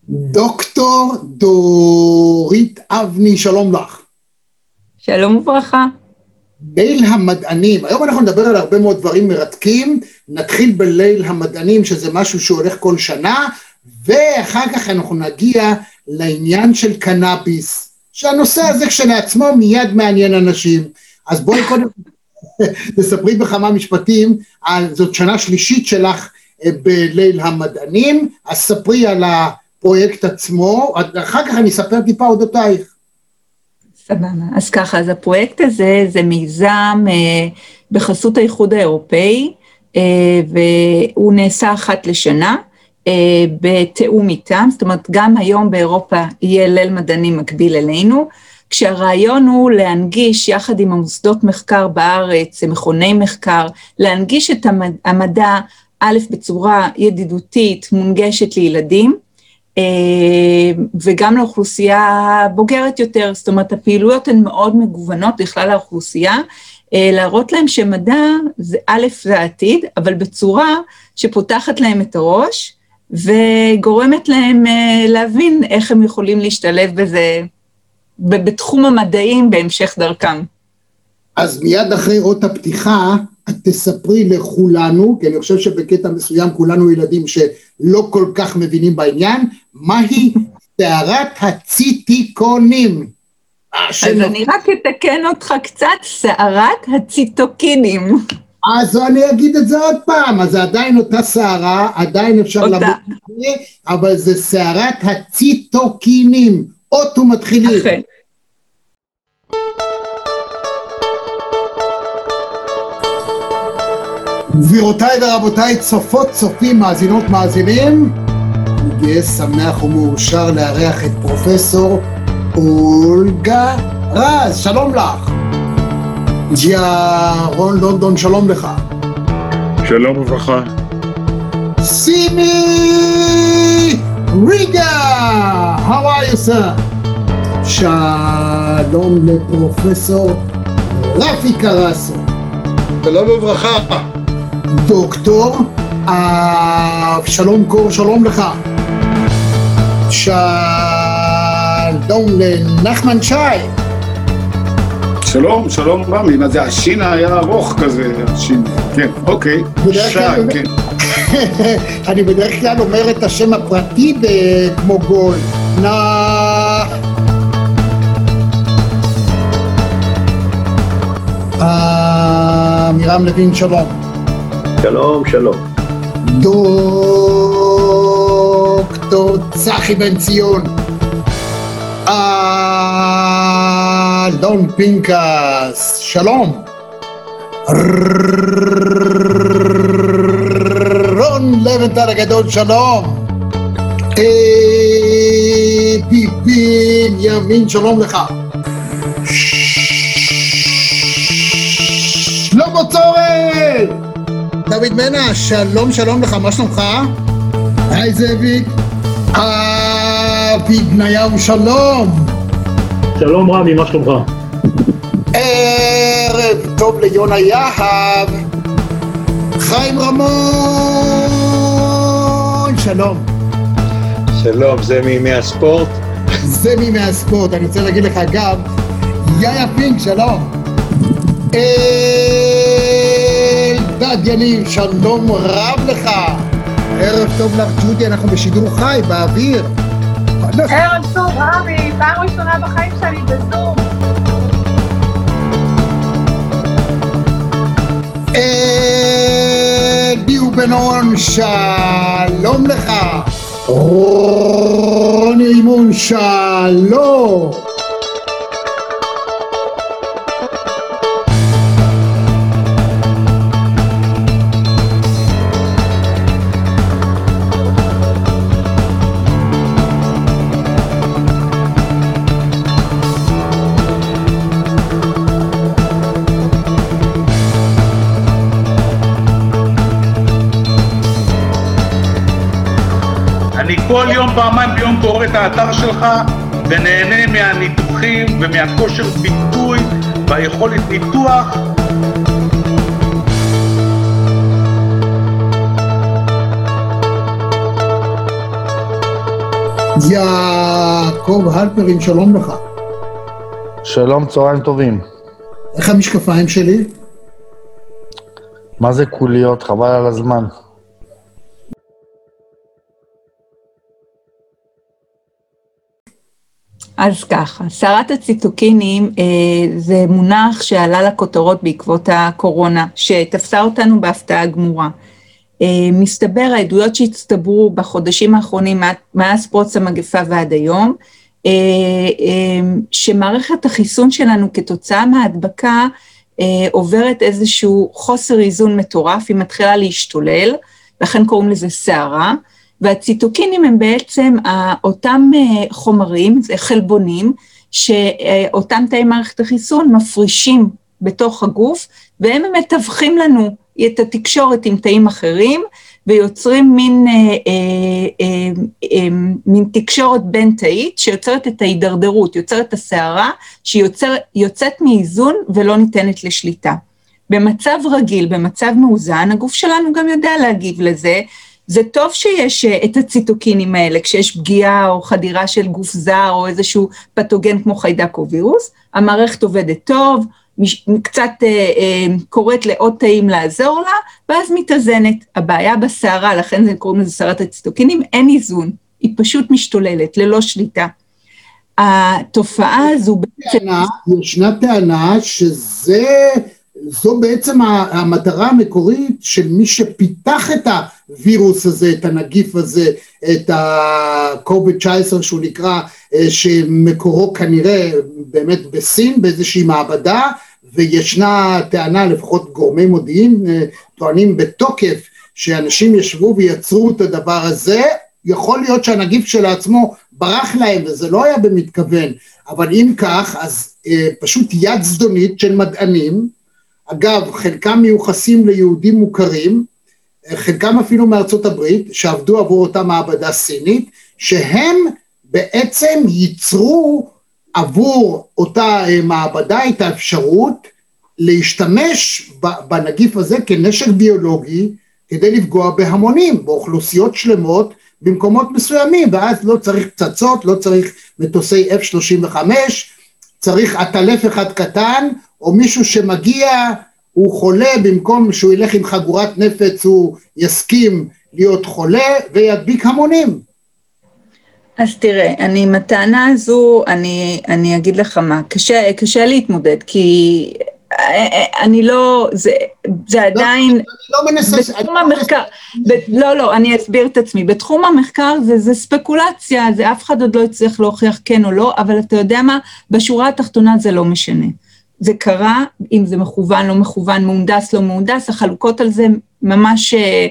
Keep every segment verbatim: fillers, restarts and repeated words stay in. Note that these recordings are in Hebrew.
דוקטור דורית אבני, שלום לך. שלום וברכה. ליל המדענים, היום אנחנו נדבר על הרבה מאוד דברים מרתקים, נתחיל בליל המדענים שזה משהו שהולך כל שנה, ואחר כך אנחנו נגיע לעניין של קנאביס, שהנושא הזה כשלעצמו מיד מעניין אנשים, אז בואי קודם תספרי בכמה משפטים, זאת שנה שלישית שלך בליל המדענים, אז ספרי על הפרויקט עצמו, אחר כך אני אספר טיפה אודותייך. סבבה, אז ככה, אז הפרויקט הזה זה מיזם אה, בחסות האיחוד האירופאי, אה, והוא נעשה אחת לשנה, אה, בתאום איתם, זאת אומרת גם היום באירופה יהיה ליל מדענים מקביל אלינו, כשהרעיון הוא להנגיש יחד עם המוסדות מחקר בארץ, מכוני מחקר, להנגיש את המדע א' בצורה ידידותית, מונגשת לילדים, וגם לאוכלוסייה בוגרת יותר, זאת אומרת הפעילויות הן מאוד מגוונות לכלל האוכלוסייה, להראות להם שמדע זה א' זה העתיד, אבל בצורה שפותחת להם את הראש, וגורמת להם להבין איך הם יכולים להשתלב בזה, בתחום המדעים בהמשך דרכם. אז מיד אחרי אות הפתיחה, את תספרי לכולנו, כי אני חושב שבקטע מסוים כולנו ילדים שלא כל כך מבינים בעניין, מהי סערת הציטוקונים? אז אני רק אתקן אותך קצת, סערת הציטוקינים. אז אני אגיד את זה עוד פעם, אז זה עדיין אותה סערה, עדיין אפשר לבוא את זה, אבל זה סערת הציטוקינים, אוטו מתחילים. אכן. גבירותיי ורבותיי, צופות, צופים, מאזינות, מאזינים, אני גאה, שמח ומאושר לארח את פרופסור אולגה רז, שלום לך. ג'ירון לונדון, שלום לך. שלום וברכה. סימי ריגה, how are you sir? שלום לפרופסור רפי קרסו. שלום וברכה. דוקטור אבשלום קור, שלום לך. שלום לנחמן שי. שלום, שלום רמי, מה זה, השין היה ארוך כזה, השין, כן, אוקיי, שי, כן. אני בדרך כלל אומר את השם הפרטי כמו גול. נא... מירם לוין, שלום. שלום, שלום. דוקטור צחי בן ציון. אלון פינקס, שלום. רון לבנטל הגדול, שלום. ביבין ימין, שלום לך. שלמה צורל. דוד מנה, שלום שלום לך, מה שלומך? היי זאביק. אבי בניהו, שלום. שלום רמי, מה שלומך? ערב טוב ליונה יהב. חיים רמון, שלום. שלום, זה מימי הספורט? זה מימי הספורט, אני רוצה להגיד לך אגב, יאיה פינק, שלום. אלדד יניב, שלום רב לך. ערב טוב לך ג'ודי, אנחנו בשידור חי, באוויר. ערב טוב רמי, פעם ראשונה בחיים שלי בזום. אליהו בן-און, שלום לך. רוני רימון, שלום. אני כל יום פעמיים ביום קורא את האתר שלך ונהנה מהניתוחים ומהכושר ביטוי והיכולת ניתוח. יעקב הלפרין, שלום לך. שלום, צהריים טובים. איך המשקפיים שלי? מה זה קוליות? חבל על הזמן. אז ככה, סערת הציטוקינים אה, זה מונח שעלה לכותרות בעקבות הקורונה, שתפסה אותנו בהפתעה גמורה. אה, מסתבר, העדויות שהצטברו בחודשים האחרונים, מאז פרוץ המגפה ועד היום, אה, אה, שמערכת החיסון שלנו כתוצאה מההדבקה, אה, עוברת איזשהו חוסר איזון מטורף, היא מתחילה להשתולל, לכן קוראים לזה סערה, והציטוקינים הם בעצם אותם חומרים, זה חלבונים, שאותם תאי מערכת החיסון מפרישים בתוך הגוף, והם מתווכים לנו את התקשורת עם תאים אחרים, ויוצרים מין, אה, אה, אה, מין תקשורת בין תאית, שיוצרת את ההידרדרות, יוצרת את הסערה, שיוצאת מאיזון ולא ניתנת לשליטה. במצב רגיל, במצב מאוזן, הגוף שלנו גם יודע להגיב לזה, זה טוב שיש את הציטוקינים האלה, כשיש פגיעה או חדירה של גוף זר, או איזשהו פתוגן כמו חיידק או וירוס, המערכת עובדת טוב, קצת אה, אה, קוראת לעוד תאים לעזור לה, ואז מתאזנת. הבעיה בסערה, לכן זה קוראים לזה סערת הציטוקינים, אין איזון, היא פשוט משתוללת, ללא שליטה. התופעה הזו בעצם... ישנה טענה שזה... זו בעצם המטרה המקורית של מי שפיתח את הווירוס הזה, את הנגיף הזה, את ה-קוביד תשע עשרה שהוא נקרא, שמקורו כנראה באמת בסין, באיזושהי מעבדה, וישנה טענה, לפחות גורמי מודיעין, טוענים בתוקף, שאנשים ישבו ויצרו את הדבר הזה, יכול להיות שהנגיף של עצמו ברח להם, וזה לא היה במתכוון, אבל אם כך, אז פשוט יד זדונית של מדענים, אגב, חלקם מיוחסים ליהודים מוכרים, חלקם אפילו מארצות הברית, שעבדו עבור אותה מעבדה סינית, שהם בעצם ייצרו עבור אותה מעבדה את האפשרות להשתמש בנגיף הזה כנשק ביולוגי, כדי לפגוע בהמונים, באוכלוסיות שלמות, במקומות מסוימים, ואז לא צריך פצצות, לא צריך מטוסי אף שלושים וחמש, צריך עטלף אחד קטן, או מישהו שמגיע, הוא חולה, במקום שהוא ילך עם חגורת נפץ, הוא יסכים להיות חולה, וידביק המונים. אז תראה, אני עם הטענה הזו, אני, אני אגיד לך מה, קשה, קשה להתמודד, כי אני לא, זה, זה עדיין, לא, לא מנסה, בתחום המחקר, ב, לא, לא, אני אסביר את עצמי, בתחום המחקר זה, זה ספקולציה, זה אף אחד עוד לא יצטרך להוכיח כן או לא, אבל אתה יודע מה, בשורה התחתונה זה לא משנה. זה קרה, אם זה מכוון, לא מכוון, מהונדס, לא מהונדס, החלוקות על זה ממש,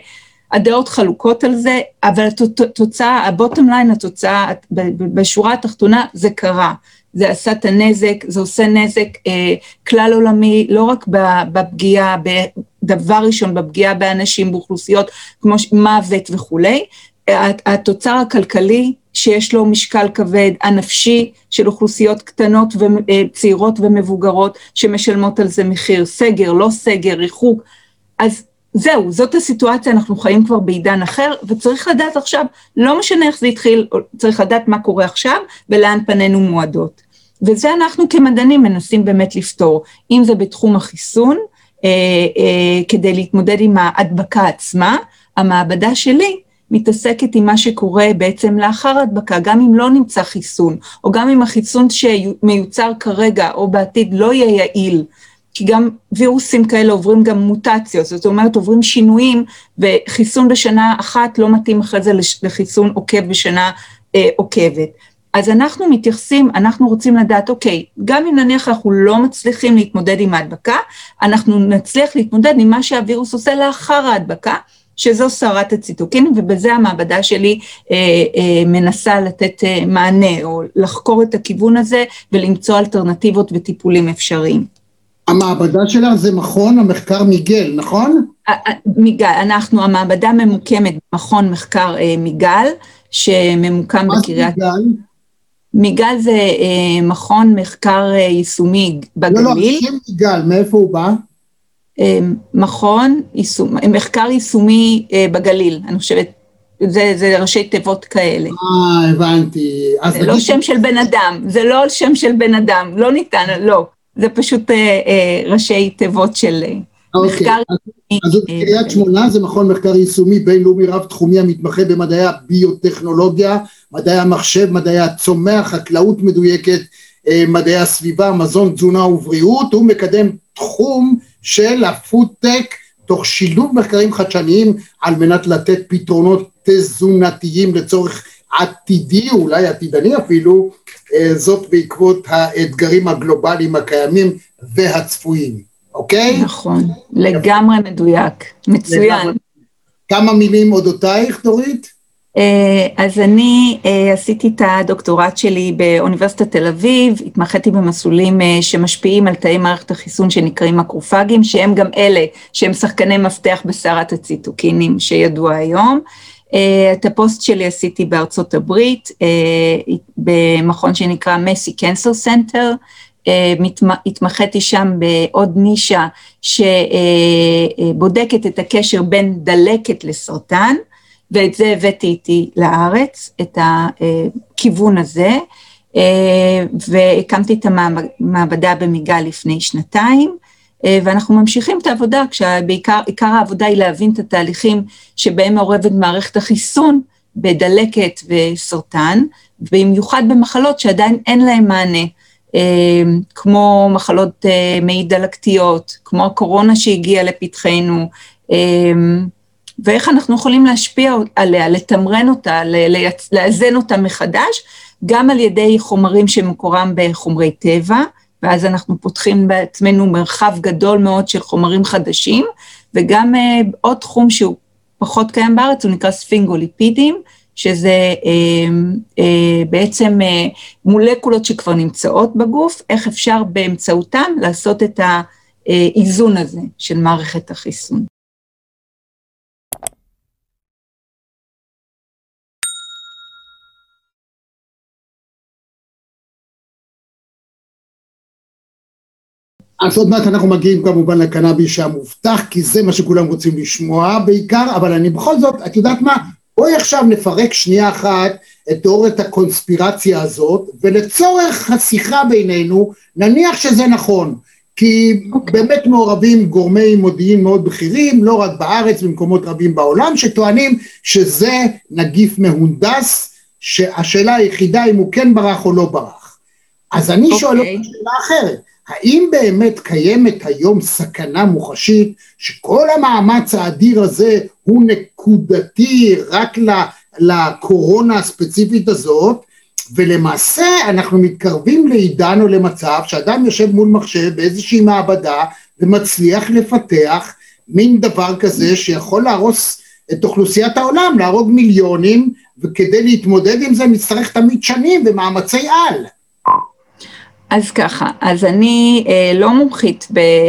הדעות חלוקות על זה, אבל התוצאה, הבוטום ליין, התוצאה, בשורה התחתונה, זה קרה. זה עשה את הנזק, זה עושה נזק אה, כלל עולמי, לא רק בפגיעה, בדבר ראשון, בפגיעה באנשים, באוכלוסיות, כמו מוות וכולי, התוצר הכלכלי, שיש לו משקל כבד, הנפשי של אוכלוסיות קטנות וצעירות ומבוגרות, שמשלמות על זה מחיר, סגר, לא סגר, ריחוק, אז זהו, זאת הסיטואציה, אנחנו חיים כבר בעידן אחר, וצריך לדעת עכשיו, לא משנה איך זה התחיל, צריך לדעת מה קורה עכשיו, ולאן פנינו מועדות. וזה אנחנו כמדענים מנסים באמת לפתור, אם זה בתחום החיסון, אה, אה, כדי להתמודד עם ההדבקה עצמה, המעבדה שלי, מתעסקת עם מה שקורה בעצם לאחר הדבקה, גם אם לא נמצא חיסון, או גם אם החיסון שמיוצר כרגע או בעתיד לא יהיה יעיל, כי גם וירוסים כאלה עוברים גם מוטציות, זאת אומרת עוברים שינויים, וחיסון בשנה אחת לא מתאים אחרי זה לחיסון עוקב בשנה אה, עוקבת. אז אנחנו מתייחסים, אנחנו רוצים לדעת, אוקיי, גם אם נניח אנחנו לא מצליחים להתמודד עם ההדבקה, אנחנו נצליח להתמודד עם מה שהווירוס עושה לאחר ההדבקה, שזו סערת הציטוקינים, ובזה המעבדה שלי אה, אה, מנסה לתת אה, מענה, או לחקור את הכיוון הזה, ולמצוא אלטרנטיבות וטיפולים אפשריים. המעבדה שלך זה מכון המחקר מיגל, נכון? מיגל, אנחנו, המעבדה ממוקמת במכון מחקר אה, מיגל, שממוקם בקריית... מה זה מיגל? מיגל זה אה, מכון מחקר אה, יישומי בגליל. לא, לא, שם מיגל, מאיפה הוא בא? מכון, מחקר יישומי בגליל, אני חושבת, זה, זה ראשי תיבות כאלה. אה, הבנתי. זה לא שם של בן אדם, זה לא שם של בן אדם, לא ניתן, לא. זה פשוט אה, אה, ראשי תיבות של אוקיי. מחקר. אז זאת קריית שמונה, זה מכון מחקר יישומי בינלאומי רב תחומי המתמחה במדעי הביוטכנולוגיה, מדעי המחשב, מדעי הצומח, חקלאות מדויקת, מדעי הסביבה, מזון, תזונה ובריאות. הוא מקדם תחום של הפודטק, תוך שילוב מחקרים חדשניים על מנת לתת פתרונות תזונתיים לצורך עתידי, אולי עתידני אפילו, זאת בעקבות האתגרים הגלובליים הקיימים והצפויים, אוקיי? נכון, לגמרי מדויק, מצוין. כמה מילים אודותייך, דורית? אז אני עשיתי את הדוקטורט שלי באוניברסיטת תל אביב, התמחיתי במסלולים שמשפיעים על תאי מערכת החיסון שנקראים מקרופגים, שהם גם אלה שהם שחקני מפתח בסערת הציטוקינים שידוע היום. את הפוסט שלי עשיתי בארצות הברית, במכון שנקרא מסי קנסר סנטר, התמחיתי שם בעוד נישה שבודקת את הקשר בין דלקת לסרטן, ואת זה הבאתי איתי לארץ, את הכיוון הזה, והקמתי את המעבדה במיגל לפני שנתיים, ואנחנו ממשיכים את העבודה, כשבעיקר עיקר העבודה היא להבין את התהליכים שבהם מעורבת מערכת החיסון בדלקת וסרטן, במיוחד במחלות שעדיין אין להם מענה, כמו מחלות מעי דלקתיות, כמו הקורונה שהגיעה לפתחנו, ואיך אנחנו יכולים להשפיע עליה, לתמרן אותה, לאזן אותה מחדש, גם על ידי חומרים שמקורם בחומרי טבע, ואז אנחנו פותחים בעצמנו מרחב גדול מאוד של חומרים חדשים, וגם uh, עוד תחום שהוא פחות קיים בארץ, הוא נקרא ספינגוליפידים, שזה uh, uh, בעצם uh, מולקולות שכבר נמצאות בגוף, איך אפשר באמצעותם לעשות את האיזון הזה של מערכת החיסון. אז עוד מעט אנחנו מגיעים כמובן לקנאביס המובטח, כי זה מה שכולם רוצים לשמוע בעיקר, אבל אני בכל זאת, את יודעת מה, בואי עכשיו נפרק שנייה אחת את תיאוריית הקונספירציה הזאת, ולצורך השיחה בינינו, נניח שזה נכון, כי okay. באמת מעורבים גורמי מודיעין מאוד בכירים, לא רק בארץ, במקומות רבים בעולם, שטוענים שזה נגיף מהונדס, שהשאלה היחידה אם הוא כן ברח או לא ברח. אז אני okay. שואל אותה שאלה אחרת, האם באמת קיימת היום סכנה מוחשית שכל המאמץ האדיר הזה הוא נקודתי רק לקורונה הספציפית הזאת, ולמעשה אנחנו מתקרבים לעידן או למצב שאדם יושב מול מחשב באיזושהי מעבדה ומצליח לפתח מין דבר כזה שיכול להרוס את אוכלוסיית העולם, להרוג מיליונים, וכדי להתמודד עם זה נצטרך תמיד שנים ומאמצי על. אז ככה, אז אני אה, לא מומחית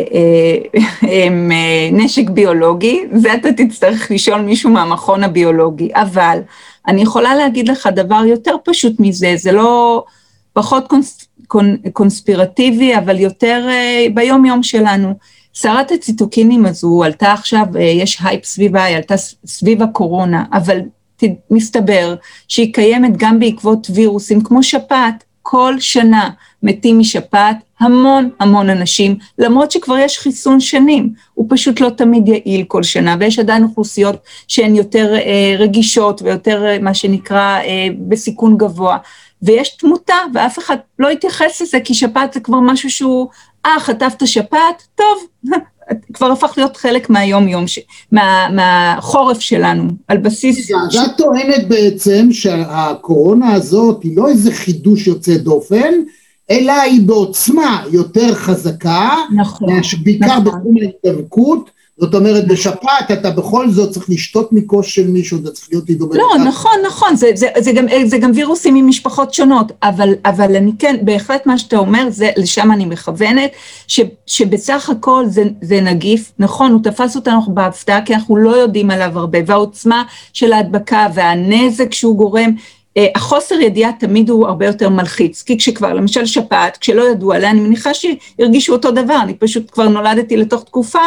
בנשק אה, ביולוגי, זה אתה תצטרך לשאול מישהו מהמכון הביולוגי, אבל אני יכולה להגיד לך דבר יותר פשוט מזה, זה לא פחות קונס, קונ, קונספירטיבי, אבל יותר אה, ביום יום שלנו. סערת הציטוקינים הזו עלתה עכשיו, אה, יש הייפ סביבה, היא עלתה סביב הקורונה, אבל ת, מסתבר שהיא קיימת גם בעקבות וירוסים כמו שפעת, כל שנה מתים משפעת המון המון אנשים, למרות שכבר יש חיסון שנים, הוא פשוט לא תמיד יעיל כל שנה, ויש עדיין אוכלוסיות שהן יותר אה, רגישות, ויותר אה, מה שנקרא אה, בסיכון גבוה, ויש תמותה, ואף אחד לא יתייחס לזה, כי שפעת זה כבר משהו שהוא, אה, חטפת שפעת, טוב, כבר הפך להיות חלק מהיום יום, ש... מה, מהחורף שלנו, על בסיס... אז את טוענת בעצם שהקורונה הזאת היא לא איזה חידוש יוצא דופן, אלא היא בעוצמה יותר חזקה, נכון, בעיקר נכון. בתחום ההתדבקות, זאת אומרת, בשפעת אתה בכל זאת צריך לשתות מכוס של מישהו, אתה צריך להיות איתו... לא, נכון, נכון, זה, זה, זה, גם, זה גם וירוסים ממשפחות שונות, אבל, אבל אני כן, בהחלט מה שאתה אומר, זה, לשם אני מכוונת, ש, שבסך הכל זה, זה נגיף, נכון, הוא תפס אותנו בהפתעה, כי אנחנו לא יודעים עליו הרבה, והעוצמה של ההדבקה והנזק שהוא גורם, החוסר ידיעה תמיד הוא הרבה יותר מלחיץ, כי כשכבר, למשל שפעת, כשלא ידעו עליה, אני מניחה שהרגישו אותו דבר, אני פשוט כבר נולדתי לתוך תקופה,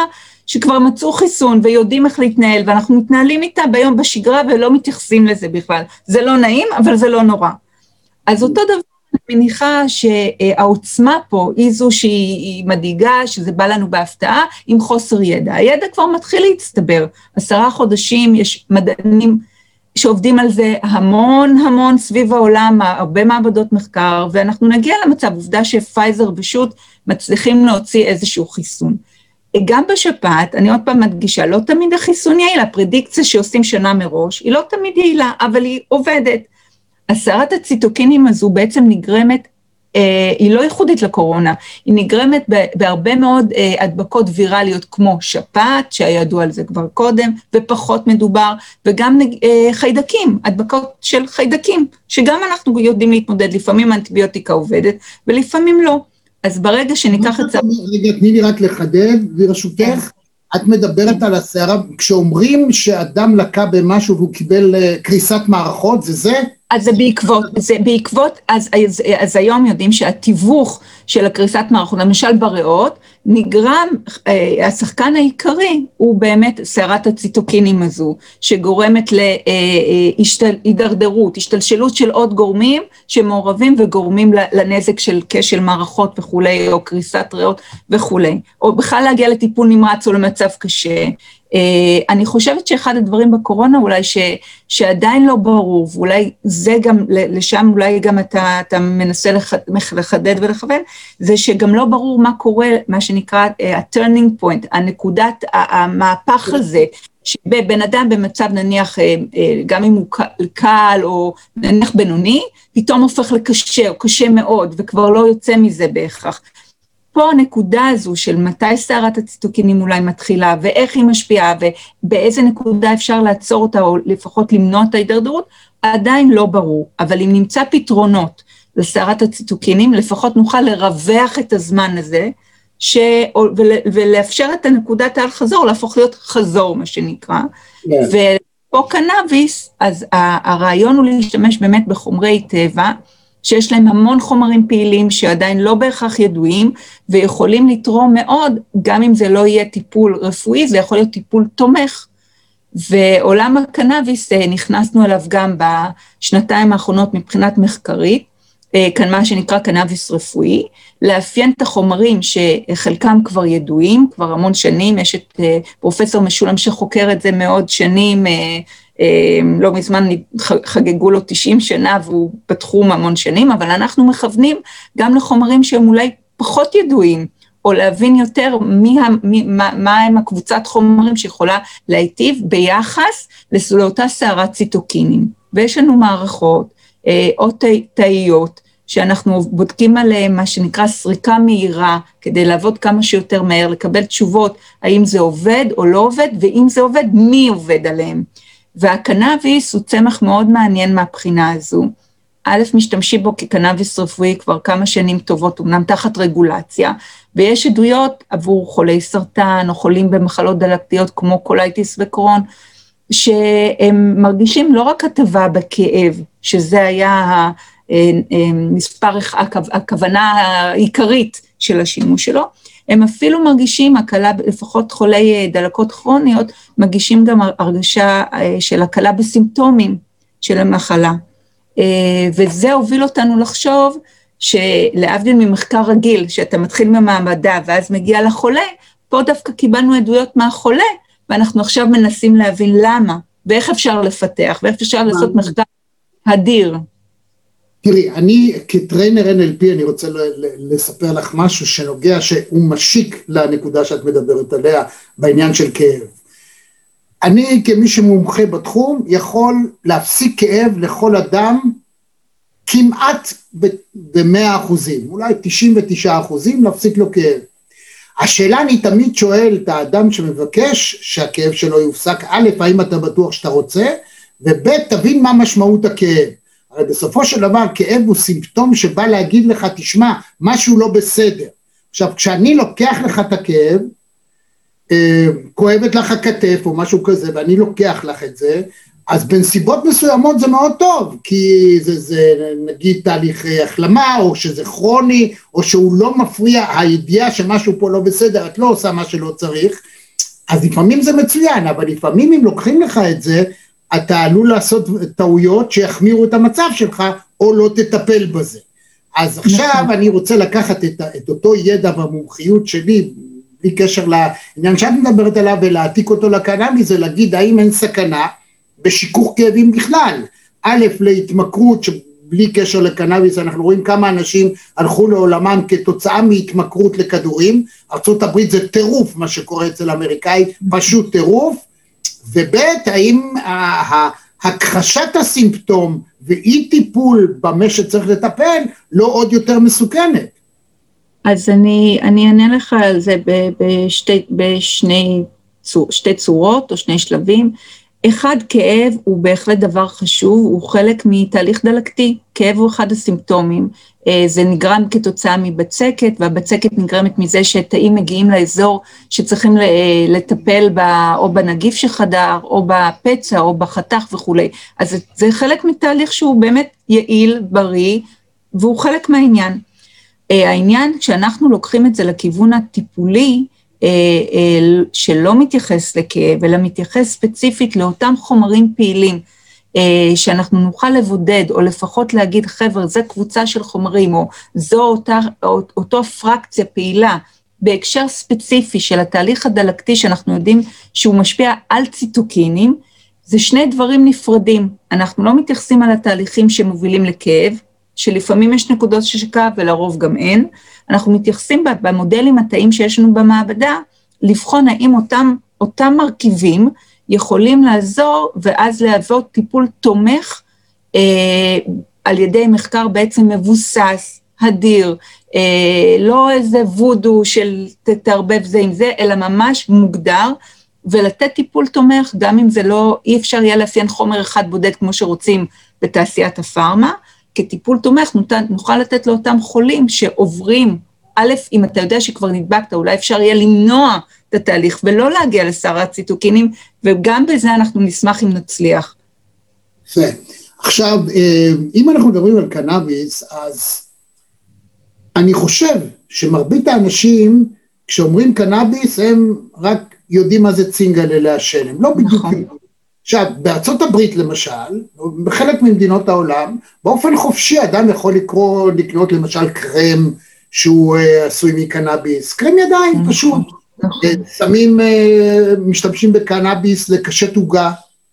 שכבר מצאו חיסון ויודעים איך להתנהל, ואנחנו מתנהלים איתה ביום בשגרה ולא מתייחסים לזה בכלל. זה לא נעים, אבל זה לא נורא. אז אותו דבר, אני מניחה שהעוצמה פה היא זו שהיא מדאיגה, שזה בא לנו בהפתעה, עם חוסר ידע. הידע כבר מתחיל להצטבר. עשרה חודשים יש מדענים שעובדים על זה המון המון סביב העולם, הרבה מעבדות מחקר, ואנחנו נגיע למצב, עובדה שפייזר ושוט מצליחים להוציא איזשהו חיסון. גם בשפעת, אני עוד פעם מדגישה, לא תמיד החיסון יעיל, הפרדיקציה שעושים שנה מראש, היא לא תמיד יעילה, אבל היא עובדת. הסערת הציטוקינים הזו בעצם נגרמת, אה, היא לא ייחודית לקורונה, היא נגרמת בהרבה מאוד אה, הדבקות ויראליות כמו שפעת, שידעו על זה כבר קודם, ופחות מדובר, וגם אה, חיידקים, הדבקות של חיידקים, שגם אנחנו יודעים להתמודד, לפעמים האנטיביוטיקה עובדת, ולפעמים לא. אז ברגע שניקח את זה... רגע, תני לי רק לחדד, ברשותך, את מדברת על הסערה, כשאומרים שאדם לקה במשהו והוא קיבל קריסת מערכות, זה זה? אז זה בעקבות, זה בעקבות, אז, אז, אז היום יודעים שהתיווך של הקריסת מערכות, למשל בריאות, נגרם, אה, השחקן העיקרי הוא באמת סערת הציטוקינים הזו, שגורמת להידרדרות, השתלשלות של עוד גורמים שמעורבים וגורמים לנזק של כשל מערכות וכולי, או קריסת ריאות וכולי, או בכלל להגיע לטיפול נמרץ או למצב קשה. אני חושבת שאחד הדברים בקורונה אולי ש, שעדיין לא ברור, ואולי זה גם, לשם אולי גם אתה, אתה מנסה לחדד ולכוון, זה שגם לא ברור מה קורה, מה שנקרא ה-turning point, הנקודת, המהפך הזה, שבן אדם במצב נניח, גם אם הוא קל או נניח בינוני, פתאום הופך לקשה או קשה מאוד, וכבר לא יוצא מזה בהכרח. פה הנקודה הזו של מתי סערת הציטוקינים אולי מתחילה, ואיך היא משפיעה, ובאיזה נקודה אפשר לעצור אותה, או לפחות למנוע את ההידרדרות, עדיין לא ברור. אבל אם נמצא פתרונות לסערת הציטוקינים, לפחות נוכל לרווח את הזמן הזה, ש... ולאפשר את הנקודת האל חזור, להפוך להיות חזור, מה שנקרא. Yeah. ופה קנאביס, אז הרעיון הוא להשתמש באמת בחומרי טבע, שיש להם המון חומרים פעילים שעדיין לא בהכרח ידועים, ויכולים לתרום מאוד, גם אם זה לא יהיה טיפול רפואי, זה יכול להיות טיפול תומך. ועולם הקנאביס נכנסנו אליו גם בשנתיים האחרונות מבחינת מחקרית, כאן מה שנקרא קנאביס רפואי, לאפיין את החומרים שחלקם כבר ידועים, כבר המון שנים, יש את פרופסור משולם שחוקר את זה מאוד שנים, לא מזמן חגגו לו תשעים שנה והוא בתחום המון שנים, אבל אנחנו מכוונים גם לחומרים שהם אולי פחות ידועים, או להבין יותר מי, מי, מה, מה הם הקבוצת חומרים שיכולה להיטיב ביחס לאותה סערת ציטוקינים. ויש לנו מערכות או תאיות שאנחנו בודקים עליהם מה שנקרא סריקה מהירה, כדי לעבוד כמה שיותר מהר, לקבל תשובות האם זה עובד או לא עובד, ואם זה עובד, מי עובד עליהם. והקנאביס הוא צמח מאוד מעניין מהבחינה הזו. א', משתמשים בו כקנאביס רפואי כבר כמה שנים טובות, אמנם תחת רגולציה, ויש עדויות עבור חולי סרטן או חולים במחלות דלקתיות כמו קולייטיס וקרון, שהם מרגישים לא רק הטבה בכאב, שזה היה המספר, הכוונה העיקרית של השימוש שלו, הם אפילו מרגישים הקלה, לפחות חולי דלקות כרוניות, מרגישים גם הרגשה של הקלה בסימפטומים של המחלה. וזה הוביל אותנו לחשוב שלהבדיל ממחקר רגיל, שאתה מתחיל ממעבדה ואז מגיע לחולה, פה דווקא קיבלנו עדויות מהחולה, ואנחנו עכשיו מנסים להבין למה, ואיך אפשר לפתח, ואיך אפשר לעשות מחקר אדיר. תראי, אני כטריינר אן אל פי, אני רוצה לספר לך משהו שנוגע, שהוא משיק לנקודה שאת מדברת עליה, בעניין של כאב. אני כמי שמומחה בתחום, יכול להפסיק כאב לכל אדם, כמעט ב-מאה אחוזים, אולי תשעים ותשעה אחוזים, להפסיק לו כאב. השאלה אני תמיד שואל את האדם שמבקש שהכאב שלו יופסק, א', האם אתה בטוח שאתה רוצה, וב', תבין מה משמעות הכאב. הרי בסופו של דבר כאב הוא סימפטום שבא להגיד לך, תשמע, משהו לא בסדר. עכשיו, כשאני לוקח לך את הכאב, אה, כואבת לך הכתף או משהו כזה, ואני לוקח לך את זה, אז בנסיבות מסוימות זה מאוד טוב, כי זה, זה נגיד תהליך החלמה, או שזה כרוני, או שהוא לא מפריע, הידיעה שמשהו פה לא בסדר, את לא עושה מה שלא צריך, אז לפעמים זה מצוין, אבל לפעמים אם לוקחים לך את זה, אתה עלול לעשות טעויות שיחמירו את המצב שלך, או לא תטפל בזה. אז עכשיו אני רוצה לקחת את, את אותו ידע והמומחיות שלי, בלי קשר לעניין שאת מדברת עליו, ולהעתיק אותו לקנאביס, זה להגיד האם אין סכנה בשיכוך כאבים בכלל. א', להתמכרות, שבלי קשר לקנאביס, אנחנו רואים כמה אנשים הלכו לעולמם כתוצאה מהתמכרות לכדורים, ארצות הברית זה טירוף מה שקורה אצל האמריקאי, פשוט טירוף, וב', האם הכחשת הסימפטום ואי טיפול במה שצריך לטפל, לא עוד יותר מסוכנת. אז אני, אני אענה לך על זה בשתי, בשני שתי צורות או שני שלבים. אחד, כאב הוא בהחלט דבר חשוב, הוא חלק מתהליך דלקתי, כאב הוא אחד הסימפטומים, זה נגרם כתוצאה מבצקת, והבצקת נגרמת מזה שתאים מגיעים לאזור שצריכים לטפל בה, או בנגיף שחדר, או בפצע, או בחתך וכו'. אז זה חלק מתהליך שהוא באמת יעיל, בריא, והוא חלק מהעניין. העניין, כשאנחנו לוקחים את זה לכיוון הטיפולי, שלא מתייחס לכאב, אלא מתייחס ספציפית לאותם חומרים פעילים, שאנחנו נוכל לבודד, או לפחות להגיד, חבר'ה, זה קבוצה של חומרים, או זו אותה, אותו פרקציה פעילה, בהקשר ספציפי של התהליך הדלקתי, שאנחנו יודעים שהוא משפיע על ציטוקינים, זה שני דברים נפרדים. אנחנו לא מתייחסים על התהליכים שמובילים לכאב, שלפעמים יש נקודות ששקע ולרוב גם אין, אנחנו מתייחסים במודלים התאים שיש לנו במעבדה, לבחון האם אותם, אותם מרכיבים יכולים לעזור, ואז להוות טיפול תומך, אה, על ידי מחקר בעצם מבוסס, הדיר, אה, לא איזה וודו של תתערבב זה עם זה, אלא ממש מוגדר, ולתת טיפול תומך, גם אם זה לא, אי אפשר יהיה לאפיין חומר אחד בודד כמו שרוצים בתעשיית הפארמה, כטיפול תומך נוכל לתת לאותם חולים שעוברים, א', אם אתה יודע שכבר נדבקת, אולי אפשר יהיה למנוע את התהליך, ולא להגיע לסערת ציטוקינים, וגם בזה אנחנו נשמח אם נצליח. יפה. עכשיו, אם אנחנו מדברים על קנאביס, אז אני חושב שמרבית האנשים, כשאומרים קנאביס, הם רק יודעים מה זה צינגלה לעשן, הם לא בדיוק יודעים. עכשיו, בארצות הברית למשל, בחלק ממדינות העולם, באופן חופשי אדם יכול לקרוא, לקנות למשל קרם שהוא uh, עשוי מקנאביס, קרם ידיים פשוט, שמים, uh, משתמשים בקנאביס לקשת עוגה.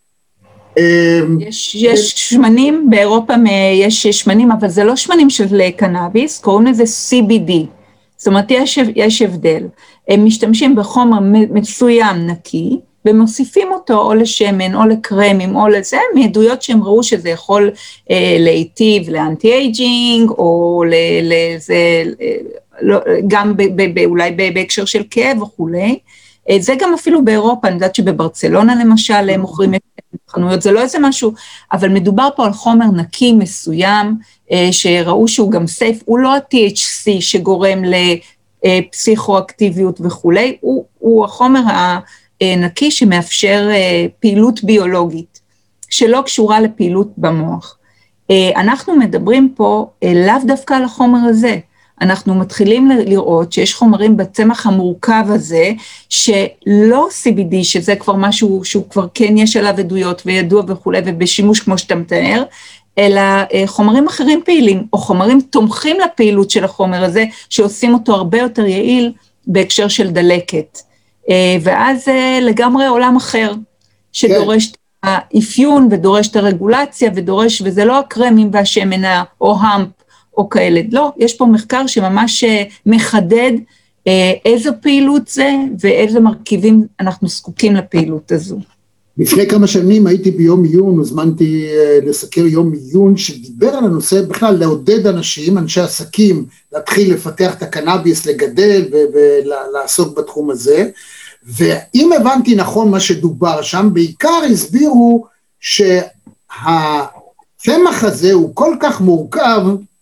יש, יש שמנים, באירופה יש שמנים, אבל זה לא שמנים של קנאביס, קוראים לזה סי בי די, זאת אומרת יש, יש הבדל, הם משתמשים בחומר מסוים נקי, ומוסיפים אותו או לשמן, או לקרמים, או לזה, מעדויות שהם ראו שזה יכול אה, להיטיב לאנטי-אייג'ינג, או לזה, לא, גם ב, ב, ב, אולי בהקשר של כאב וכולי. אה, זה גם אפילו באירופה, אני יודעת שבברצלונה למשל, הם מוכרים את חנויות, זה לא איזה משהו, אבל מדובר פה על חומר נקי מסוים, אה, שראו שהוא גם סייף, הוא לא ה-טי אייץ' סי שגורם לפסיכואקטיביות וכולי, הוא, הוא החומר ה... נקי שמאפשר פעילות ביולוגית, שלא קשורה לפעילות במוח. אנחנו מדברים פה לאו דווקא על החומר הזה, אנחנו מתחילים לראות שיש חומרים בצמח המורכב הזה, שלא סי בי די, שזה כבר משהו שהוא כבר כן יש עליו עדויות וידוע וכו' ובשימוש כמו שאתה מתאר, אלא חומרים אחרים פעילים, או חומרים תומכים לפעילות של החומר הזה, שעושים אותו הרבה יותר יעיל בהקשר של דלקת. ואז לגמרי עולם אחר, שדורש את האפיון ודורש את הרגולציה, ודורש, וזה לא הקרמים והשמנה או המפ או כאלה, לא, יש פה מחקר שממש מחדד איזו פעילות זה, ואיזה מרכיבים אנחנו זקוקים לפעילות הזו. לפני כמה שנים הייתי ביום עיון, הוזמנתי לסקר יום עיון, שדיבר על הנושא, בכלל לעודד אנשים, אנשי עסקים, להתחיל לפתח את הקנאביס, לגדל ולעסוק בתחום הזה, ואם הבנתי נכון מה שדובר שם, בעיקר הסבירו שהצמח הזה הוא כל כך מורכב,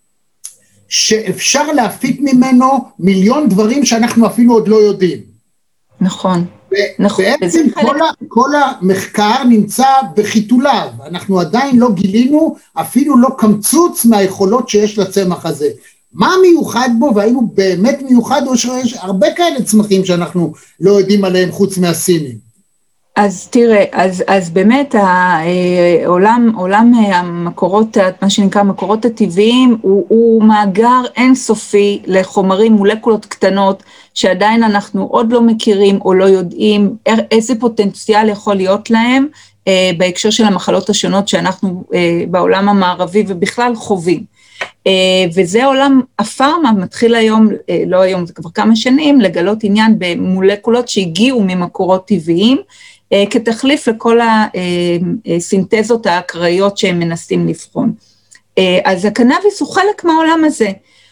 שאפשר להפיק ממנו מיליון דברים שאנחנו אפילו עוד לא יודעים. נכון. נכון. בעצם כל, ה, כל המחקר נמצא בחיתוליו, אנחנו עדיין לא גילינו אפילו לא קמצוץ מהיכולות שיש לצמח הזה. מה מיוחד בו, והאם הוא באמת מיוחד, או שיש הרבה כאלה צמחים שאנחנו לא יודעים עליהם חוץ מהסינים? אז תראה, אז, אז באמת העולם, עולם המקורות, מה שנקרא מקורות הטבעיים, הוא, הוא מאגר אינסופי לחומרים, מולקולות קטנות, שעדיין אנחנו עוד לא מכירים או לא יודעים איזה פוטנציאל יכול להיות להם, בהקשר של המחלות השונות שאנחנו בעולם המערבי ובכלל חווים. וזה עולם הפארמה, מתחיל היום, לא היום, זה כבר כמה שנים, לגלות עניין במולקולות שהגיעו ממקורות טבעיים, כתחליף לכל הסינתזות האקראיות שהם מנסים לבחון. אז הקנאביס הוא חלק מהעולם הזה.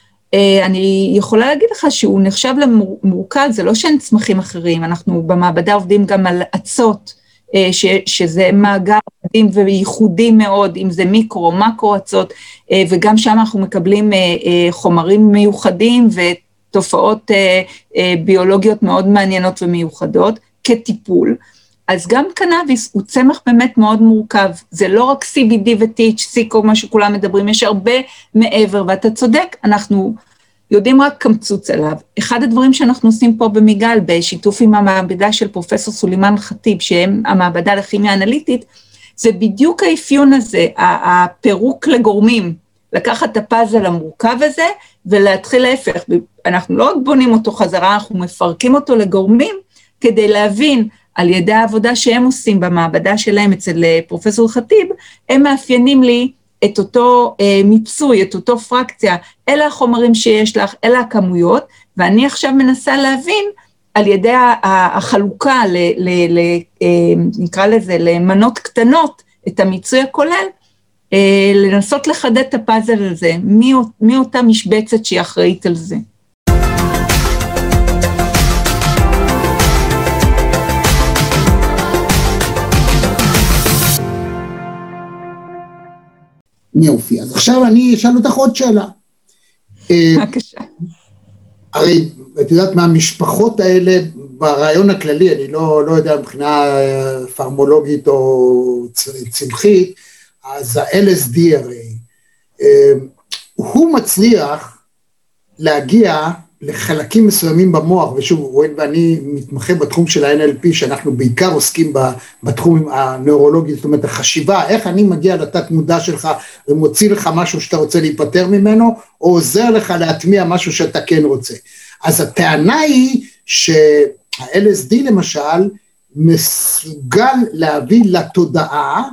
אני יכולה להגיד לך שהוא נחשב למורכב, זה לא שאין צמחים אחרים, אנחנו במעבדה עובדים גם על עצות, ש, שזה מאגר מדהים וייחודי מאוד, אם זה מיקרו, מקרו עצות, וגם שם אנחנו מקבלים חומרים מיוחדים ותופעות ביולוגיות מאוד מעניינות ומיוחדות כטיפול. אז גם קנאביס הוא צמח באמת מאוד מורכב, זה לא רק סי בי די ו-טי אייץ' סי, כל מה שכולם מדברים, יש הרבה מעבר, ואתה צודק, אנחנו יודעים רק קמצוץ עליו. אחד הדברים שאנחנו עושים פה במיגל, בשיתוף עם המעבדה של פרופסור סולימן חטיב, שהם המעבדה לכימיה אנליטית, זה בדיוק האפיון הזה, הפירוק לגורמים, לקחת את הפאזל המורכב הזה, ולהתחיל להפך, אנחנו לא רק בונים אותו חזרה, אנחנו מפרקים אותו לגורמים, כדי להבין, על ידי העבודה שהם עושים במעבדה שלהם אצל פרופסור חטיב, הם מאפיינים לי את אותו אה, מיצוי, את אותו פרקציה, אלה החומרים שיש לך, אלה הכמויות, ואני עכשיו מנסה להבין על ידי החלוקה, ל, ל, ל, אה, נקרא לזה, למנות קטנות, את המיצוי הכולל, אה, לנסות לחדד את הפאזל הזה, מי, מי אותה משבצת שהיא אחראית על זה. יופי, אז עכשיו אני אשאל אותך עוד שאלה. בבקשה. הרי, את יודעת מה, המשפחות האלה, ברעיון הכללי, אני לא, לא יודע מבחינה פרמולוגית או צמחית, אז ה-אל אס די הרי, הוא מצליח להגיע לחלקים מסוימים במוח, ושוב, רואים, ואני מתמחה בתחום של ה-אן אל פי, שאנחנו בעיקר עוסקים בתחום הנוירולוגי, זאת אומרת, החשיבה, איך אני מגיע לתת מודע שלך, ומוציא לך משהו שאתה רוצה להיפטר ממנו, או עוזר לך להטמיע משהו שאתה כן רוצה. אז הטענה היא, שה-אל אס די למשל, מסוגל להביא לתודעה,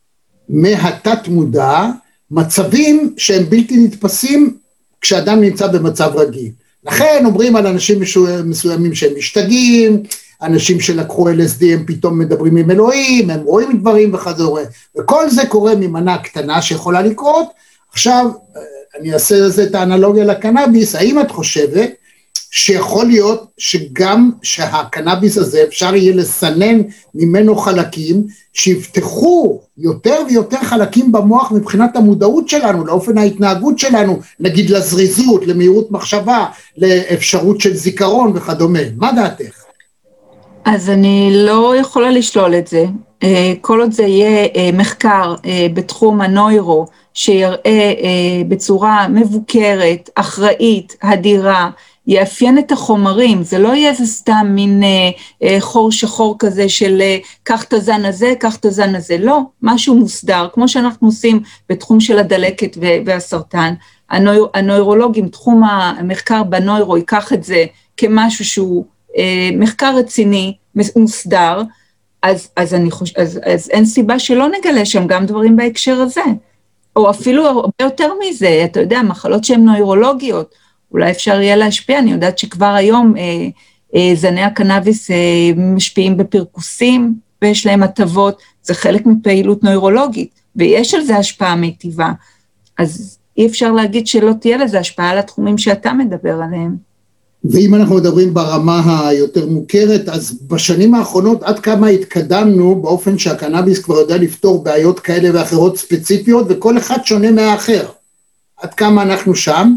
מהתת מודע, מצבים שהם בלתי נתפסים, כשאדם נמצא במצב רגיל. לכן אומרים על אנשים מסוימים שהם משתגעים, אנשים שלקחו אל אס די הם פתאום מדברים עם אלוהים, הם רואים דברים וכדומה, וכל זה קורה ממנה קטנה שיכולה לקרות. עכשיו אני אעשה לזה את האנלוגיה לקנאביס, האם את חושבת שיכול להיות שגם שהקנאביס הזה אפשר יהיה לסנן ממנו חלקים, שיפתחו יותר ויותר חלקים במוח מבחינת המודעות שלנו, לאופן ההתנהגות שלנו, נגיד לזריזות, למהירות מחשבה, לאפשרות של זיכרון וכדומה. מה דעתך? אז אני לא יכולה לשלול את זה. כל עוד זה יהיה מחקר בתחום הנוירו, שיראה בצורה מבוקרת, אחראית, הדירה, יאפיין את החומרים, זה לא יהיה איזה סתם מין אה, חור שחור כזה של אה, קח את הזן הזה, קח את הזן הזה, לא, משהו מוסדר, כמו שאנחנו עושים בתחום של הדלקת והסרטן, הנויר, הנוירולוגים, תחום המחקר בנוירו, ייקח את זה כמשהו שהוא אה, מחקר רציני, מוסדר, אז, אז, אני חוש... אז, אז אין סיבה שלא נגלה שם גם דברים בהקשר הזה, או אפילו הרבה יותר מזה, אתה יודע, מחלות שהן נוירולוגיות, אולי אפשר יהיה להשפיע, אני יודעת שכבר היום אה, אה, זני הקנאביס אה, משפיעים בפרקוסים, ויש להם הטבות, זה חלק מפעילות נוירולוגית, ויש על זה השפעה מיטיבה, אז אי אפשר להגיד שלא תהיה לזה השפעה על התחומים שאתה מדבר עליהם. ואם אנחנו מדברים ברמה היותר מוכרת, אז בשנים האחרונות עד כמה התקדמנו באופן שהקנאביס כבר יודע לפתור בעיות כאלה ואחרות ספציפיות, וכל אחד שונה מהאחר. עד כמה אנחנו שם?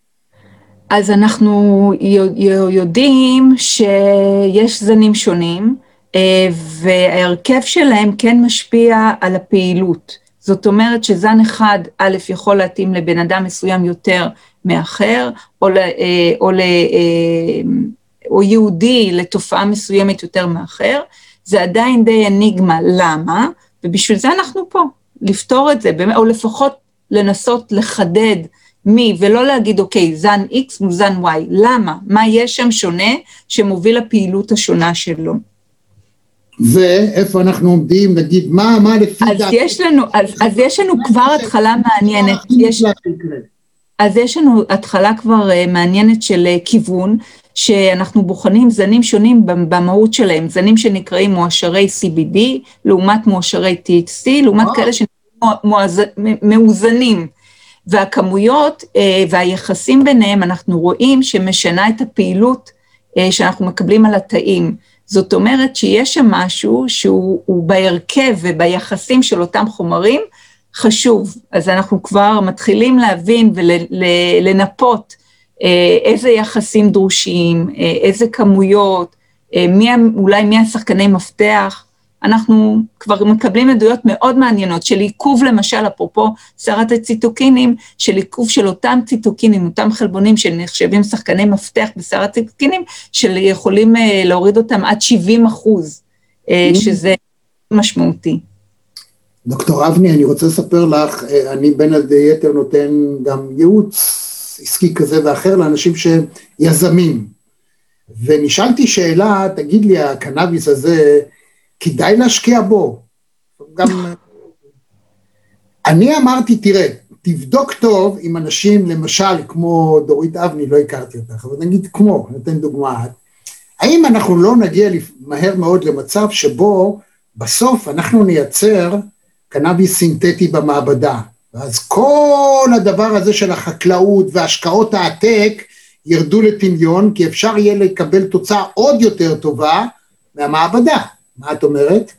אז אנחנו יודעים שיש זנים שונים, וההרכב שלהם כן משפיע על הפעילות. זאת אומרת שזן אחד, א', יכול להתאים לבן אדם מסוים יותר מאחר, או, ל, או, ל, או יהודי לתופעה מסוימת יותר מאחר, זה עדיין די אניגמה, למה? ובשביל זה אנחנו פה, לפתור את זה, או לפחות לנסות לחדד מי, ולא להגיד, אוקיי, זן X הוא זן Y, למה? מה יש שם שונה שמוביל לפעילות השונה שלו? ואיפה אנחנו עומדים, נגיד, מה, מה לפי אז יש לנו, אז, אז יש לנו כבר התחלה מעניינת, יש, אז יש לנו התחלה כבר מעניינת של כיוון, שאנחנו בוחנים זנים שונים במהות שלהם, זנים שנקראים מואשרי C B D, לעומת מואשרי T H C, לעומת כאלה שמאוזנים, והכמויות והיחסים ביניהם אנחנו רואים שמשנה את הפעילות שאנחנו מקבלים על התאים, זאת אומרת שיש שם משהו שהוא בהרכב וביחסים של אותם חומרים חשוב, אז אנחנו כבר מתחילים להבין ולנפות איזה יחסים דרושים, איזה כמויות, מי, אולי מי השחקני מפתח, אנחנו כבר מקבלים עדויות מאוד מעניינות של עיכוב למשל, אפרופו סערת הציטוקינים, של עיכוב של אותם ציטוקינים, אותם חלבונים שנחשבים שחקני מפתח בסערת הציטוקינים, שיכולים להוריד אותם עד שבעים אחוז, שזה משמעותי. דוקטור אבני, אני רוצה לספר לך, אני בין היתר נותן גם ייעוץ עסקי כזה ואחר לאנשים שיזמים, ונשאלתי שאלה, תגיד לי, הקנאביס הזה, כדאי להשקיע בו. גם אני אמרתי, תראה, תבדוק טוב עם אנשים, למשל, כמו דורית אבני, לא הכרתי אותך, אבל נגיד כמו, נותן דוגמה, האם אנחנו לא נגיע מהר מאוד למצב שבו בסוף אנחנו נייצר קנאביס סינתטי במעבדה, ואז כל הדבר הזה של החקלאות והשקעות העתק ירדו לטמיון, כי אפשר יהיה לקבל תוצאה עוד יותר טובה מהמעבדה. מה את אומרת?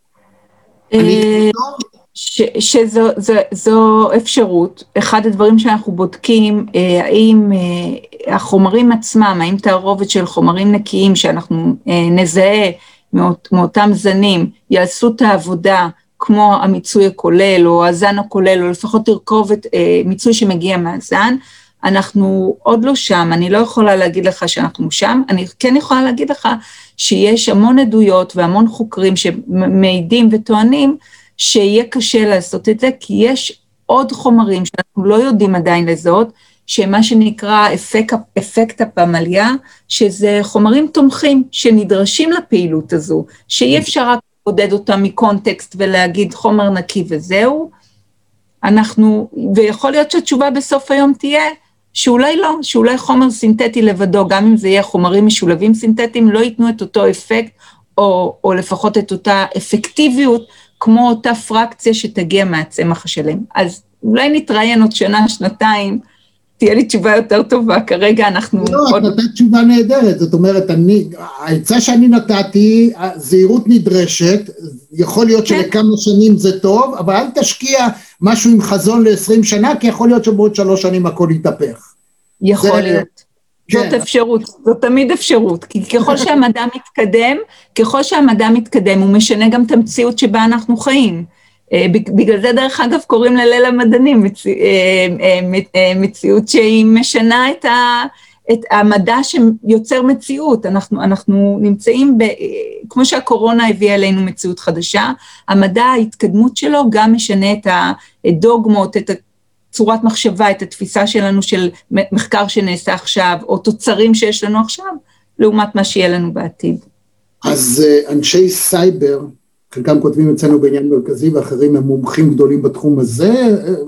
שזו אפשרות, אחד הדברים שאנחנו בודקים, האם החומרים עצמם, האם תערובת של חומרים נקיים שאנחנו נזהה מאותם זנים, יעשו את העבודה כמו המיצוי הכולל או הזן הכולל, או לפחות תרכובת מיצוי שמגיע מהזן, אנחנו עוד לא שם, אני לא יכולה להגיד לך שאנחנו שם, אני כן יכולה להגיד לך שיש המון עדויות והמון חוקרים שמעידים וטוענים שיהיה קשה לעשות את זה, כי יש עוד חומרים שאנחנו לא יודעים עדיין לזהות, שמה שנקרא אפקט, אפקט הפמליה, שזה חומרים תומכים שנדרשים לפעילות הזו, שאי אפשר רק לבודד אותם מקונטקסט ולהגיד חומר נקי וזהו, אנחנו, ויכול להיות שהתשובה בסוף היום תהיה, שאולי לא, שאולי חומר סינתטי לבדו, גם אם זה יהיה חומרים משולבים סינתטיים, לא ייתנו את אותו אפקט, או, או לפחות את אותה אפקטיביות, כמו אותה פרקציה שתגיע מהצמח השלם. אז אולי נתראיין עוד שנה, שנתיים, תהיה לי תשובה יותר טובה, כרגע אנחנו... לא, עוד... את נתת תשובה נהדרת, זאת אומרת, אני, העצה שאני נתתי, זהירות נדרשת, יכול להיות כן. שלכמה שנים זה טוב, אבל אל תשקיע משהו עם חזון ל-עשרים שנה, כי יכול להיות שבעוד שלוש שנים הכל יתהפך. יכול זה... להיות. כן. זאת אפשרות, זאת תמיד אפשרות, כי ככל שהמדע מתקדם, ככל שהמדע מתקדם, הוא משנה גם את המציאות שבה אנחנו חיים. בגלל זה דרך אגב קוראים לליל המדענים, מציאות שהיא משנה את, ה, את המדע שיוצר מציאות, אנחנו, אנחנו נמצאים, ב, כמו שהקורונה הביאה אלינו מציאות חדשה, המדע ההתקדמות שלו גם משנה את הדוגמות, את צורת מחשבה, את התפיסה שלנו של מחקר שנעשה עכשיו, או תוצרים שיש לנו עכשיו, לעומת מה שיהיה לנו בעתיד. אז אנשי סייבר, חלקם כותבים אצלנו בעניין מרכזי, ואחרים הם מומחים גדולים בתחום הזה,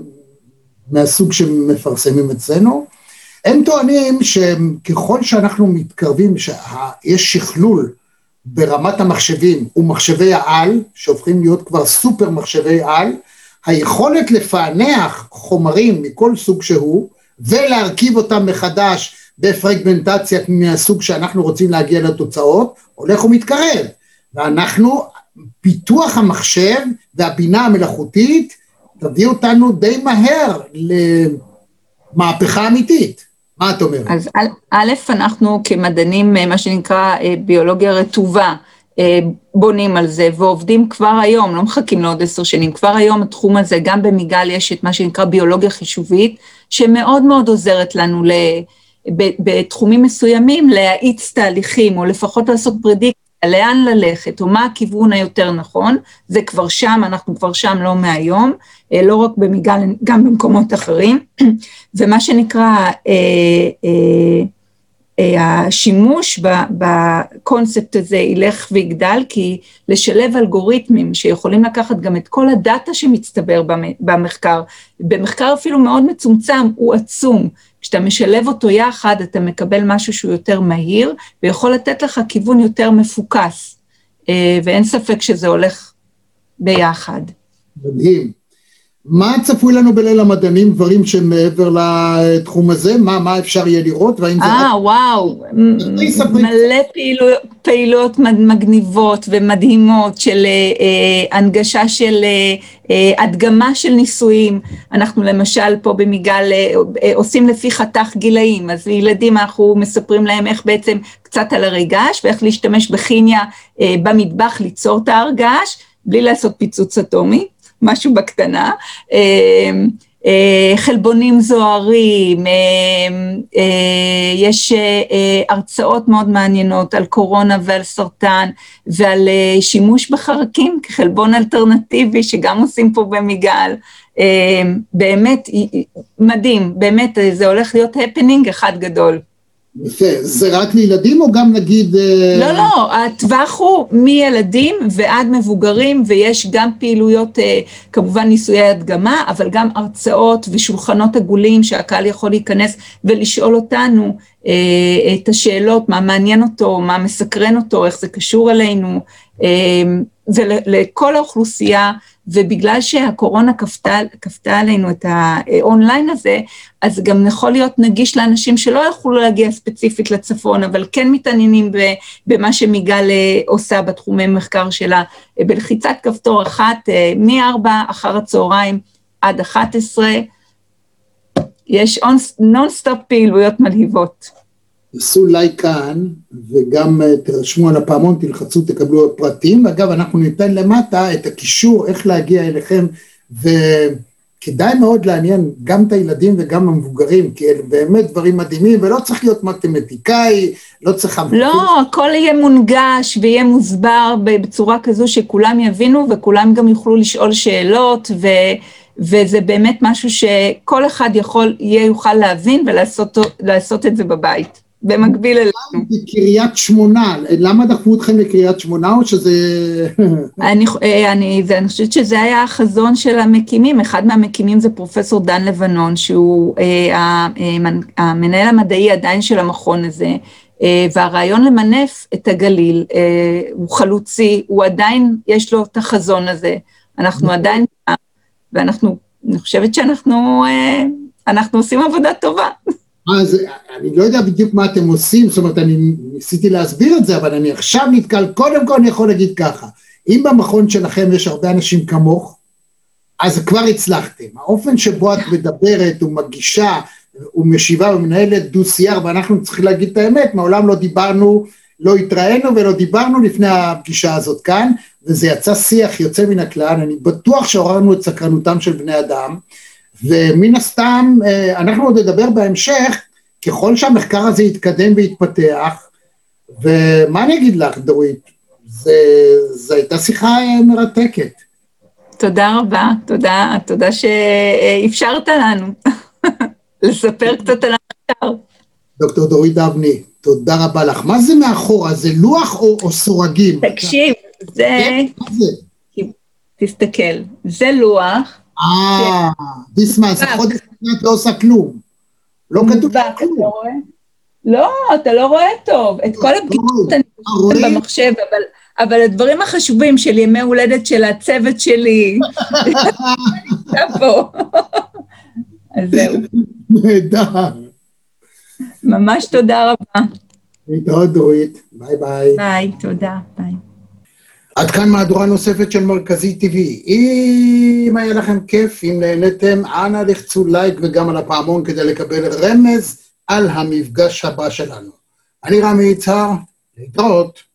מהסוג שמפרסמים אצלנו, הם טוענים שככל שאנחנו מתקרבים, שיש שכלול ברמת המחשבים ומחשבי העל, שהופכים להיות כבר סופר מחשבי על, היכולת לפענח חומרים מכל סוג שהוא, ולהרכיב אותם מחדש בפרגמנטציה מהסוג שאנחנו רוצים להגיע לתוצאות, הולך ומתקרב. ואנחנו, פיתוח המחשב והבינה המלאכותית, תביא אותנו די מהר למהפכה אמיתית. מה את אומרת? אז א', אנחנו כמדענים, מה שנקרא ביולוגיה רטובה, בונים על זה ועובדים כבר היום, לא מחכים לעוד עשר שנים, כבר היום התחום הזה, גם במיגל יש את מה שנקרא ביולוגיה חישובית, שמאוד מאוד עוזרת לנו בתחומים מסוימים להאיץ תהליכים, או לפחות לעשות פרדיקציה, לאן ללכת, או מה הכיוון היותר נכון, זה כבר שם, אנחנו כבר שם לא מהיום, לא רק במיגל, גם במקומות אחרים, ומה שנקרא, השימוש בקונספט הזה ילך ויגדל, כי לשלב אלגוריתמים שיכולים לקחת גם את כל הדאטה שמצטבר במחקר, במחקר אפילו מאוד מצומצם, הוא עצום, כשאתה משלב אותו יחד, אתה מקבל משהו שהוא יותר מהיר, ויכול לתת לך כיוון יותר מפוקס, ואין ספק שזה הולך ביחד. מדהים. מה צפוי לנו בליל המדענים, דברים שמעבר לתחום הזה? מה, מה אפשר יהיה לראות? אה, וואו, מלא פעילויות, פעילויות מגניבות ומדהימות של אה, הנגשה של אה, הדגמה של ניסויים. אנחנו למשל פה במיגל אה, עושים לפי חתך גילאים, אז ילדים אנחנו מספרים להם איך בעצם קצת על הרגש, ואיך להשתמש בכימיה אה, במטבח ליצור את ההרגש, בלי לעשות פיצוץ אטומי. משהו בקטנה, חלבונים זוהרים, יש הרצאות מאוד מעניינות על קורונה ועל סרטן, ועל שימוש בחרקים כחלבון אלטרנטיבי, שגם עושים פה במיגל, באמת מדהים, באמת זה הולך להיות הפנינג אחד גדול. יפה, זה רק לילדים או גם נגיד... לא, לא, הטווח הוא מילדים ועד מבוגרים, ויש גם פעילויות, כמובן ניסויי הדגמה, אבל גם הרצאות ושולחנות עגולים שהקהל יכול להיכנס ולשאול אותנו את השאלות, מה מעניין אותו, מה מסקרן אותו, איך זה קשור אלינו, זה לכל האוכלוסייה, ובגלל שהקורונה כפתה, כפתה עלינו את האונליין הזה, אז גם יכול להיות נגיש לאנשים שלא יכולו להגיע ספציפית לצפון, אבל כן מתעניינים במה שמיגל עושה בתחומי מחקר שלה, בלחיצת כפתור אחת, מ-ארבע אחר הצהריים עד אחת עשרה, יש נונסטופ פעילויות מלהיבות. עשו לייק כאן, וגם תרשמו על הפעמון, תלחצו, תקבלו פרטים, ואגב, אנחנו ניתן למטה את הקישור, איך להגיע אליכם, וכדאי מאוד לעניין גם את הילדים וגם המבוגרים, כי אלה באמת דברים מדהימים, ולא צריך להיות מתמטיקאי, לא צריך... לא, הכל יהיה מונגש, ויהיה מוסבר בצורה כזו שכולם יבינו, וכולם גם יוכלו לשאול שאלות, ו... וזה באמת משהו שכל אחד יכול, יהיה יוכל להבין, ולעשות לעשות את זה בבית. במקביל אלינו. בקריית שמונה, למה דחפו אתכם לקריית שמונה או שזה... אני, אני, אני חושבת שזה היה החזון של המקימים, אחד מהמקימים זה פרופסור דן לבנון, שהוא אה, המנהל המדעי עדיין של המכון הזה, אה, והרעיון למנף את הגליל, אה, הוא חלוצי, הוא עדיין, יש לו את החזון הזה, אנחנו עדיין, ואנחנו, אני חושבת שאנחנו, אה, אנחנו עושים עבודה טובה. אז אני לא יודע בדיוק מה אתם עושים, זאת אומרת, אני ניסיתי להסביר את זה, אבל אני עכשיו נתקל, קודם כל אני יכול להגיד ככה, אם במכון שלכם יש הרבה אנשים כמוך, אז כבר הצלחתם. האופן שבו את מדברת ומגישה ומשיבה ומנהלת דו-שיח, ואנחנו צריכים להגיד את האמת, מעולם לא דיברנו, לא התראינו ולא דיברנו לפני הפגישה הזאת כאן, וזה יצא שיח יוצא מן הכלל, אני בטוח שעוררנו את סקרנותם של בני אדם, ומן הסתם, אנחנו עוד נדבר בהמשך, ככל שהמחקר הזה יתקדם ויתפתח, ומה אני אגיד לך, דורית? זו הייתה שיחה מרתקת. תודה רבה, תודה, תודה שאפשרת לנו לספר קצת על המחקר. דוקטור דורית אבני, תודה רבה לך. מה זה מאחורה? זה לוח או, או סורגים? תקשיב, זה... מה זה? תסתכל, זה לוח, אה, דיסמה, זה חודש את לא עושה כלום. לא כתוב כלום. לא, אתה לא רואה טוב. את כל הפגישות אני רואה במחשב, אבל הדברים החשובים של ימי הולדת של הצוות שלי, אז זהו. נהדר. ממש תודה רבה. להתראות דורית, ביי ביי. ביי, תודה, ביי. עד כאן מהדורה נוספת של מרכזי טבעי. אם היה לכם כיף, אם נהנתם, אנא לחצו לייק וגם על הפעמון כדי לקבל רמז על המפגש הבא שלנו. אני רמי יצהר, להתראות.